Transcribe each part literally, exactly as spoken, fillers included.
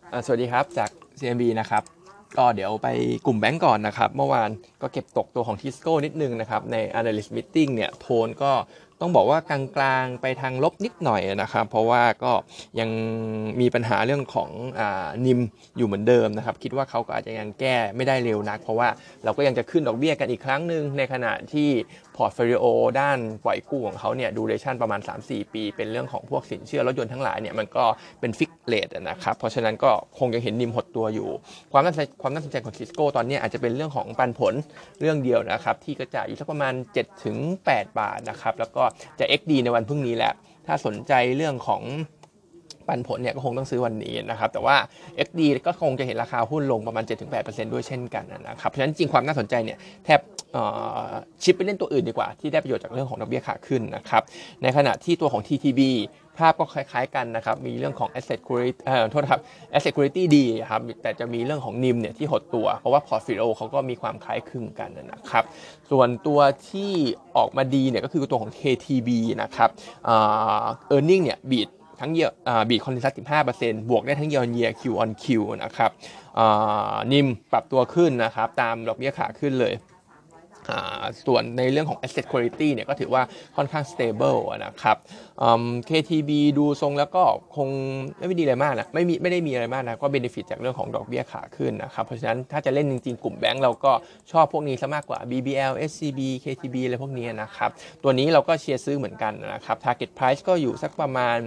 สวัสดีครับจาก ซี เอ็ม บี นะครับก็เดี๋ยวไปกลุ่มแบงก์ก่อนนะครับเมื่อวานก็เก็บตกตัวของ Tisco นิดนึงนะครับใน Analyst Meeting เนี่ยโทนก็ต้องบอกว่ากลางๆไปทางลบนิดหน่อยนะครับเพราะว่าก็ยังมีปัญหาเรื่องของอ่านิมอยู่เหมือนเดิมนะครับคิดว่าเขาก็อาจจะยังแก้ไม่ได้เร็วนักเพราะว่าเราก็ยังจะขึ้นดอกเบี้ยกันอีกครั้งหนึ่งในขณะที่พอร์ตโฟลิโอด้านปล่อยกู้ของเขาเนี่ยดูเรชั่นประมาณ สามถึงสี่ ปีเป็นเรื่องของพวกสินเชื่อรถยนต์ทั้งหลายเนี่ยมันก็เป็นฟิกเรทนะครับเพราะฉะนั้นก็คงจะเห็นนิมหดตัวอยู่ความน่าสนใจความน่าสนใจของซิสโก้ตอนนี้อาจจะเป็นเรื่องของปันผลเรื่องเดียวนะครับที่กระจายอยู่สักประมาณ เจ็ดถึงแปด บาทนะครับแล้วก็จะ เอ็กซ์ ดี ในวันพรุ่งนี้แหละถ้าสนใจเรื่องของปันผลเนี่ยก็คงต้องซื้อวันนี้นะครับแต่ว่า เอ็กซ์ ดี ก็คงจะเห็นราคาหุ้นลงประมาณ เจ็ดถึงแปดเปอร์เซ็นต์ ด้วยเช่นกันนะครับเพราะฉะนั้นจริงความน่าสนใจเนี่ยแทบชิปไปเล่นตัวอื่นดีกว่าที่ได้ประโยชน์จากเรื่องของดอกเบี้ยขาขึ้นนะครับในขณะที่ตัวของ ที ที บี ภาพก็คล้ายๆกันนะครับมีเรื่องของ asset quality เอ่อโทษครับ asset quality ดีครับแต่จะมีเรื่องของนิมเนี่ยที่หดตัวเพราะว่า portfolio เขาก็มีความคล้ายคลึงกันนะครับส่วนตัวที่ออกมาดีเนี่ยก็คือตัวของ เค ที บี นะครับเอ่อ earning เนี่ยบีททั้งเยอะบีทคอนเซนซัส สิบห้าเปอร์เซ็นต์ บวกได้ทั้ง year on year Q on Q นะครับนิมปรับตัวขึ้นนะครับตามดอกเบี้ยขาขึ้นเลยส่วนในเรื่องของ asset quality เนี่ยก็ถือว่าค่อนข้าง stable นะครับ เค ที บี ดูทรงแล้วก็คงไม่ดีอะไรมากนะไม่มีไม่ได้มีอะไรมากนะก็ benefit จากเรื่องของดอกเบี้ยขาขึ้นนะครับเพราะฉะนั้นถ้าจะเล่นจริงๆกลุ่มแบงก์เราก็ชอบพวกนี้ซะมากกว่า บี บี แอล เอส ซี บี เค ที บี อะไรพวกนี้นะครับตัวนี้เราก็เชียร์ซื้อเหมือนกันนะครับ target price ก็อยู่สักประมาณ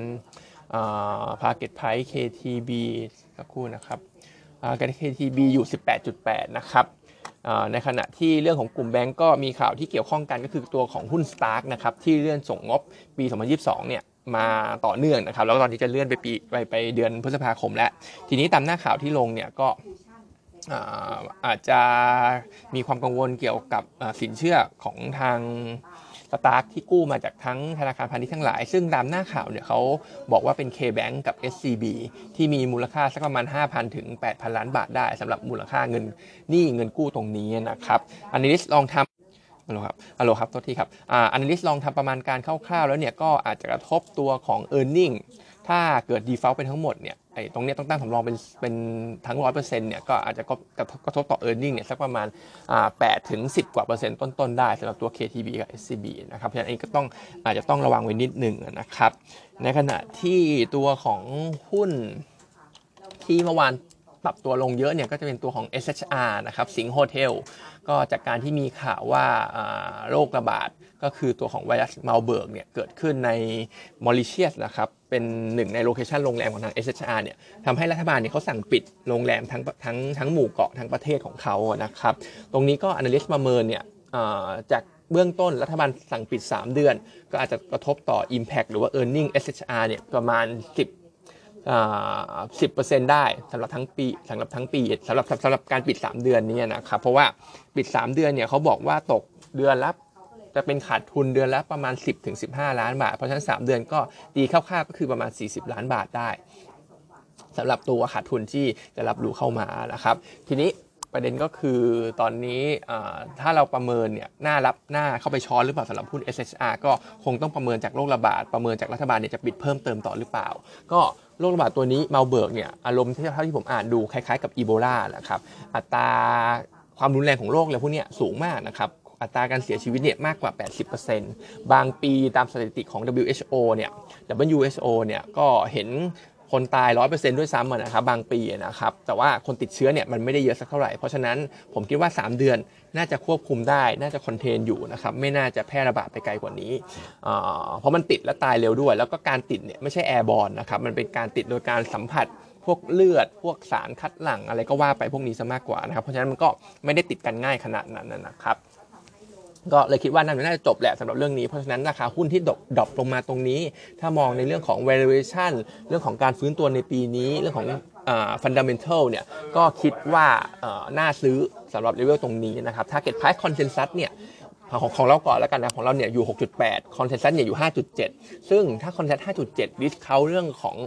target price เค ที บี สักครู่นะครับ target เค ที บี อยู่ สิบแปดจุดแปด นะครับในขณะที่เรื่องของกลุ่มแบงก์ก็มีข่าวที่เกี่ยวข้องกันก็คือตัวของหุ้น Stark นะครับที่เลื่อนส่งงบปี สองพันยี่สิบสอง เนี่ยมาต่อเนื่องนะครับแล้วตอนนี้จะเลื่อนไปปีไปไปเดือนพฤษภาคมแล้วทีนี้ตามหน้าข่าวที่ลงเนี่ยก็อาจจะมีความกังวลเกี่ยวกับสินเชื่อของทางสตาร์กที่กู้มาจากทั้งธนาคารพาณิชย์ทั้งหลายซึ่งตามหน้าข่าวเนี่ยเขาบอกว่าเป็น K-Bank กับ เอส ซี บี ที่มีมูลค่าสักประมาณ ห้าพัน ถึง แปดพัน ล้านบาทได้สำหรับมูลค่าเงินหนี้เงินกู้ตรงนี้นะครับอันนี้ลองทำฮัลโหลครับฮัลโหลครับโทษทีครับอ่า analyst ลองทำประมาณการคร่าวๆแล้วเนี่ยก็อาจจะกระทบตัวของ earning ถ้าเกิด default ไปทั้งหมดเนี่ยไอ้ตรงนี้ต้องตั้งสำรองเป็นเป็นทั้ง หนึ่งร้อยเปอร์เซ็นต์ เนี่ยก็อาจจะกระทบต่อ earning เนี่ยสักประมาณอ่าแปดถึงสิบกว่าเปอร์เซ็นต์ต้นๆได้สำหรับตัว เค ที บี กับ เอส ซี บี นะครับเพราะฉะนั้นก็ต้องอาจจะต้องระวังไว้นิดนึงนะครับในขณะที่ตัวของหุ้นที่เมื่อวานปรับตัวลงเยอะเนี่ยก็จะเป็นตัวของ เอส เอช อาร์ นะครับสิงห์โฮเทลก็จากการที่มีข่าวว่าโรคระบาดก็คือตัวของไวรัสมัลเบิร์กเนี่ยเกิดขึ้นในมอริเชียสนะครับเป็นหนึ่งในโลเคชันโรงแรมของทาง เอส เอช อาร์ เนี่ยทำให้รัฐบาลเนี่ยเขาสั่งปิดโรงแรมทั้งทั้งทั้งหมู่เกาะทั้งประเทศของเขานะครับตรงนี้ก็ analyst ประเมินเนี่ยจากเบื้องต้นรัฐบาลสั่งปิดสามเดือนก็อาจจะกระทบต่อ impact หรือว่า earning เอส เอช อาร์ เนี่ยประมาณสิบสิบเปอร์เซ็นต์ได้สำหรับทั้งปีสำหรับทั้งปีสำหรับสำหรับการปิดสามเดือนนี้นะครับเพราะว่าปิดสามเดือนเนี่ยเขาบอกว่าตกเดือนละจะเป็นขาดทุนเดือนละประมาณสิบถึงสิบห้าล้านบาทเพราะฉะนั้นสามเดือนก็ตีคร่าวๆก็คือประมาณสี่สิบล้านบาทได้สำหรับตัวขาดทุนที่จะรับรู้เข้ามานะครับทีนี้ประเด็นก็คือตอนนี้ถ้าเราประเมินเนี่ยหน้ารับหน้าเข้าไปช้อนหรือเปล่าสำหรับหุ้น เอส เอช อาร์ ก็คงต้องประเมินจากโรคระบาดประเมินจากรัฐบาลเนี่ยจะปิดเพิ่มเติมต่อหรือเปล่าก็โรคระบาดตัวนี้มัลเบิร์กเนี่ยอารมณ์ที่เท่าที่ผมอ่านดูคล้ายๆกับอีโบลาแหละครับอัตราความรุนแรงของโรคอะไรพวกนี้สูงมากนะครับอัตราการเสียชีวิตเนี่ยมากกว่า แปดสิบเปอร์เซ็นต์ บางปีตามสถิติของ ดับเบิลยู เอช โอ เนี่ย ดับเบิลยู เอช โอ เนี่ยก็เห็นคนตาย หนึ่งร้อยเปอร์เซ็นต์ ด้วยซ้ำนะครับบางปีนะครับแต่ว่าคนติดเชื้อเนี่ยมันไม่ได้เยอะสักเท่าไหร่เพราะฉะนั้นผมคิดว่าสามเดือนน่าจะควบคุมได้น่าจะคอนเทนอยู่นะครับไม่น่าจะแพร่ระบาดไปไกลกว่านี้เพราะมันติดและตายเร็วด้วยแล้วก็การติดเนี่ยไม่ใช่แอร์บอร์นนะครับมันเป็นการติดโดยการสัมผัสพวกเลือดพวกสารคัดหลั่งอะไรก็ว่าไปพวกนี้ซะมากกว่านะครับเพราะฉะนั้นมันก็ไม่ได้ติดกันง่ายขนาดนั้นนะครับก็เลยคิดว่าน่าจะจบแหละสำหรับเรื่องนี้เพราะฉะนั้นราคาหุ้นที่ดรอปดรอปลงมาตรงนี้ถ้ามองในเรื่องของ valuation เรื่องของการฟื้นตัวในปีนี้เรื่องของfundamental เนี่ยก็คิดว่าน่าซื้อสำหรับเลเวลตรงนี้นะครับ target price consensus เนี่ยของของเราก่อนแล้วกันนะของเราเนี่ยอยู่ หกจุดแปด consensus เนี่ยอยู่ ห้าจุดเจ็ด ซึ่งถ้า consensus ห้าจุดเจ็ด discount เรื่องของ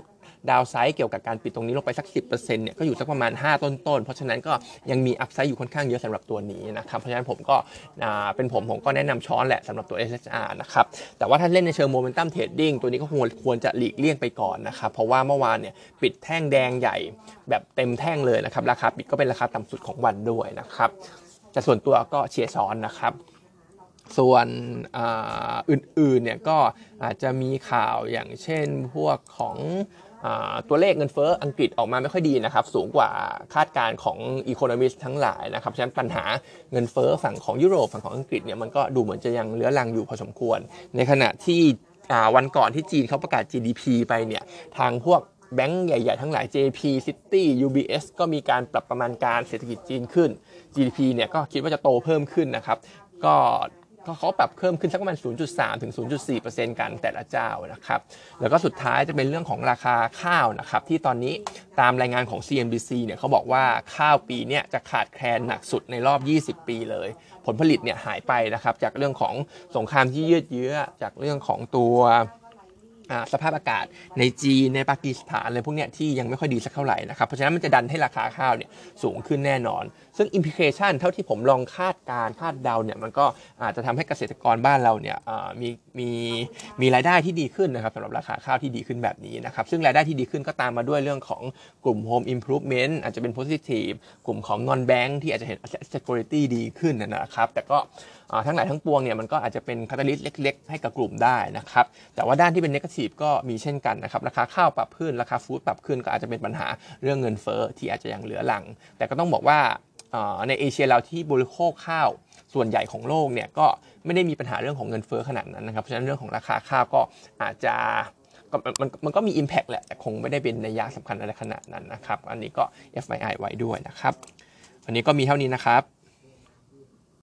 ดาวไซด์เกี่ยวกับการปิดตรงนี้ลงไปสัก สิบเปอร์เซ็นต์ เนี่ยก็อยู่สักประมาณห้าต้นๆเพราะฉะนั้นก็ยังมีอัพไซด์อยู่ค่อนข้างเยอะสำหรับตัวนี้นะครับเพราะฉะนั้นผมก็เป็นผมผมก็แนะนำช้อนแหละสำหรับตัว เอส เอช อาร์ นะครับแต่ว่าถ้าเล่นในเชิงโมเมนตัมเทรดดิ้งตัวนี้ก็ควรควรจะหลีกเลี่ยงไปก่อนนะครับเพราะว่าเมื่อวานเนี่ยปิดแท่งแดงใหญ่แบบเต็มแท่งเลยนะครับราคาปิดก็เป็นราคาต่ำสุดของวันด้วยนะครับแต่ส่วนตัวก็เชียร์ช้อนนะครับส่วนอื่นๆเนี่ยก็อาจจะมีข่าวอย่างเช่นพวกของตัวเลขเงินเฟ้ออังกฤษออกมาไม่ค่อยดีนะครับสูงกว่าคาดการณ์ของ Economist ทั้งหลายนะครับฉะนั้นปัญหาเงินเฟ้อฝั่งของยุโรปฝั่งของอังกฤษเนี่ยมันก็ดูเหมือนจะยังเลื้อรังอยู่พอสมควรในขณะที่วันก่อนที่จีนเขาประกาศ จี ดี พี ไปเนี่ยทางพวกแบงก์ใหญ่ๆทั้งหลาย เจ พี City ยู บี เอส ก็มีการปรับประมาณการเศรษฐกิจจีนขึ้น จี ดี พี เนี่ยก็คิดว่าจะโตเพิ่มขึ้นนะครับก็ก็เขาปรับเพิ่มขึ้นสักประมาณ ศูนย์จุดสาม ถึง ศูนย์จุดสี่เปอร์เซ็นต์ กันแต่ละเจ้านะครับแล้วก็สุดท้ายจะเป็นเรื่องของราคาข้าวนะครับที่ตอนนี้ตามรายงานของ ซี เอ็น บี ซี เนี่ยเขาบอกว่าข้าวปีนี้จะขาดแคลนหนักสุดในรอบยี่สิบปีเลยผลผลิตเนี่ยหายไปนะครับจากเรื่องของสงครามที่ยืดเยื้อจากเรื่องของตัวสภาพอากาศในจีนในปากีสถานอะไรพวกเนี้ยที่ยังไม่ค่อยดีสักเท่าไหร่นะครับเพราะฉะนั้นมันจะดันให้ราคาข้าวเนี่ยสูงขึ้นแน่นอนซึ่ง implication เท่าที่ผมลองคาดการคาดเดาเนี่ยมันก็อาจจะทำให้เกษตรกรบ้านเราเนี่ยมีมีมีรายได้ที่ดีขึ้นนะครับสำหรับราคาข้าวที่ดีขึ้นแบบนี้นะครับซึ่งรายได้ที่ดีขึ้นก็ตามมาด้วยเรื่องของกลุ่ม home improvement อาจจะเป็น positive กลุ่มของ non bank ที่อาจจะเห็น asset quality ดีขึ้นนะครับแต่ก็ทั้งหลายทั้งปวงเนี่ยมันก็อาจจะเป็น catalyst เล็กๆให้กับกลุ่มได้นะครับแต่ว่าด้านที่เป็น negative ก็มีเช่นกันนะครับราคาข้าวปรับขึ้นราคาฟู้ดปรับขึ้นก็อาจจะเป็นปัญหาเรื่องเงินเฟ้อที่อาจจะยังเหลือหลังแต่ก็ต้องบอกว่าในเอเชียเราที่บริโภคข้าวส่วนใหญ่ของโลกเนี่ยก็ไม่ได้มีปัญหาเรื่องของเงินเฟ้อขนาดนั้นนะครับเพราะฉะนั้นเรื่องของราคาข้าวก็อาจจะมันมันก็มี impact แหละแต่คงไม่ได้เป็นนัยสำคัญอะไรขนาดนั้นนะครับอันนี้ก็ เอฟ ไอ ไอ ไว้ด้วยนะครับวันนี้ก็มีเท่านี้นะครับ